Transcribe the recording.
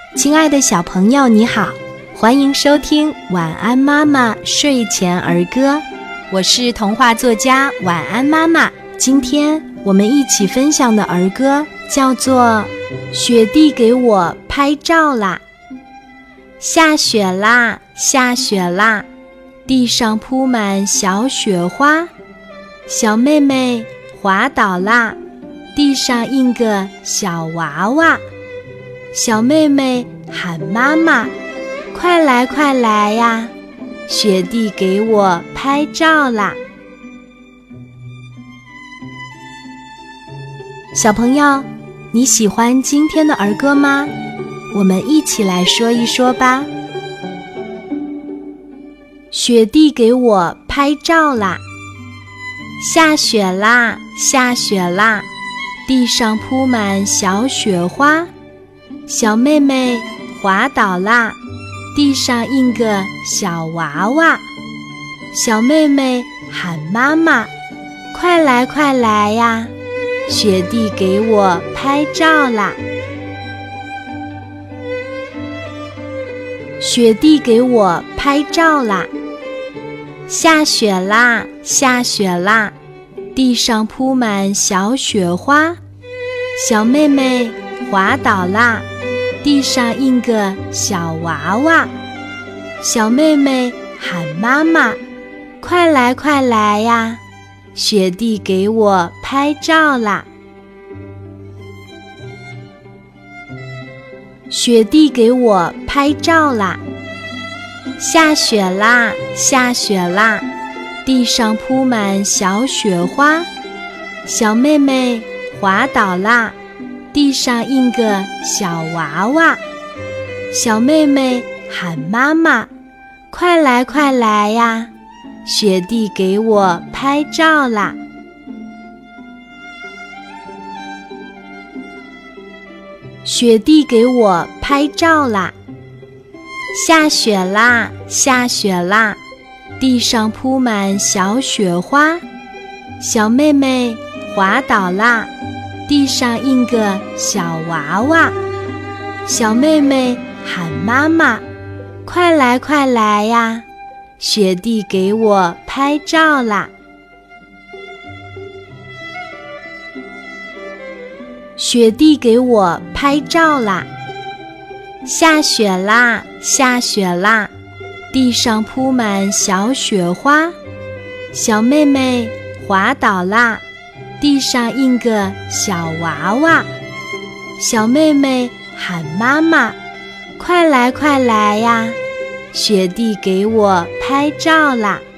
亲爱的小朋友你好，欢迎收听晚安妈妈睡前儿歌，我是童话作家晚安妈妈。今天我们一起分享的儿歌叫做雪地给我拍照啦。下雪啦，下雪啦，地上铺满小雪花，小妹妹滑倒啦，地上印个小娃娃，小妹妹喊妈妈，快来快来呀，雪地给我拍照啦。小朋友，你喜欢今天的儿歌吗？我们一起来说一说吧。雪地给我拍照啦，下雪啦，下雪啦，地上铺满小雪花，小妹妹滑倒啦，地上印个小娃娃，小妹妹喊妈妈，快来快来呀，雪地给我拍照啦。雪地给我拍照啦，下雪啦，下雪啦，地上铺满小雪花，小妹妹滑倒啦，地上印个小娃娃，小妹妹喊妈妈，快来快来呀，雪地给我拍照啦。雪地给我拍照啦，下雪啦，下雪啦，地上铺满小雪花，小妹妹滑倒啦，地上印个小娃娃，小妹妹喊妈妈，快来快来呀，雪地给我拍照啦。雪地给我拍照啦，下雪啦，下雪啦，地上铺满小雪花，小妹妹滑倒啦，地上印个小娃娃，小妹妹喊妈妈，快来快来呀，雪地给我拍照啦。雪地给我拍照啦，下雪啦，下雪啦，地上铺满小雪花，小妹妹滑倒啦，地上印个小娃娃，小妹妹喊妈妈，快来快来呀，雪地给我拍照啦。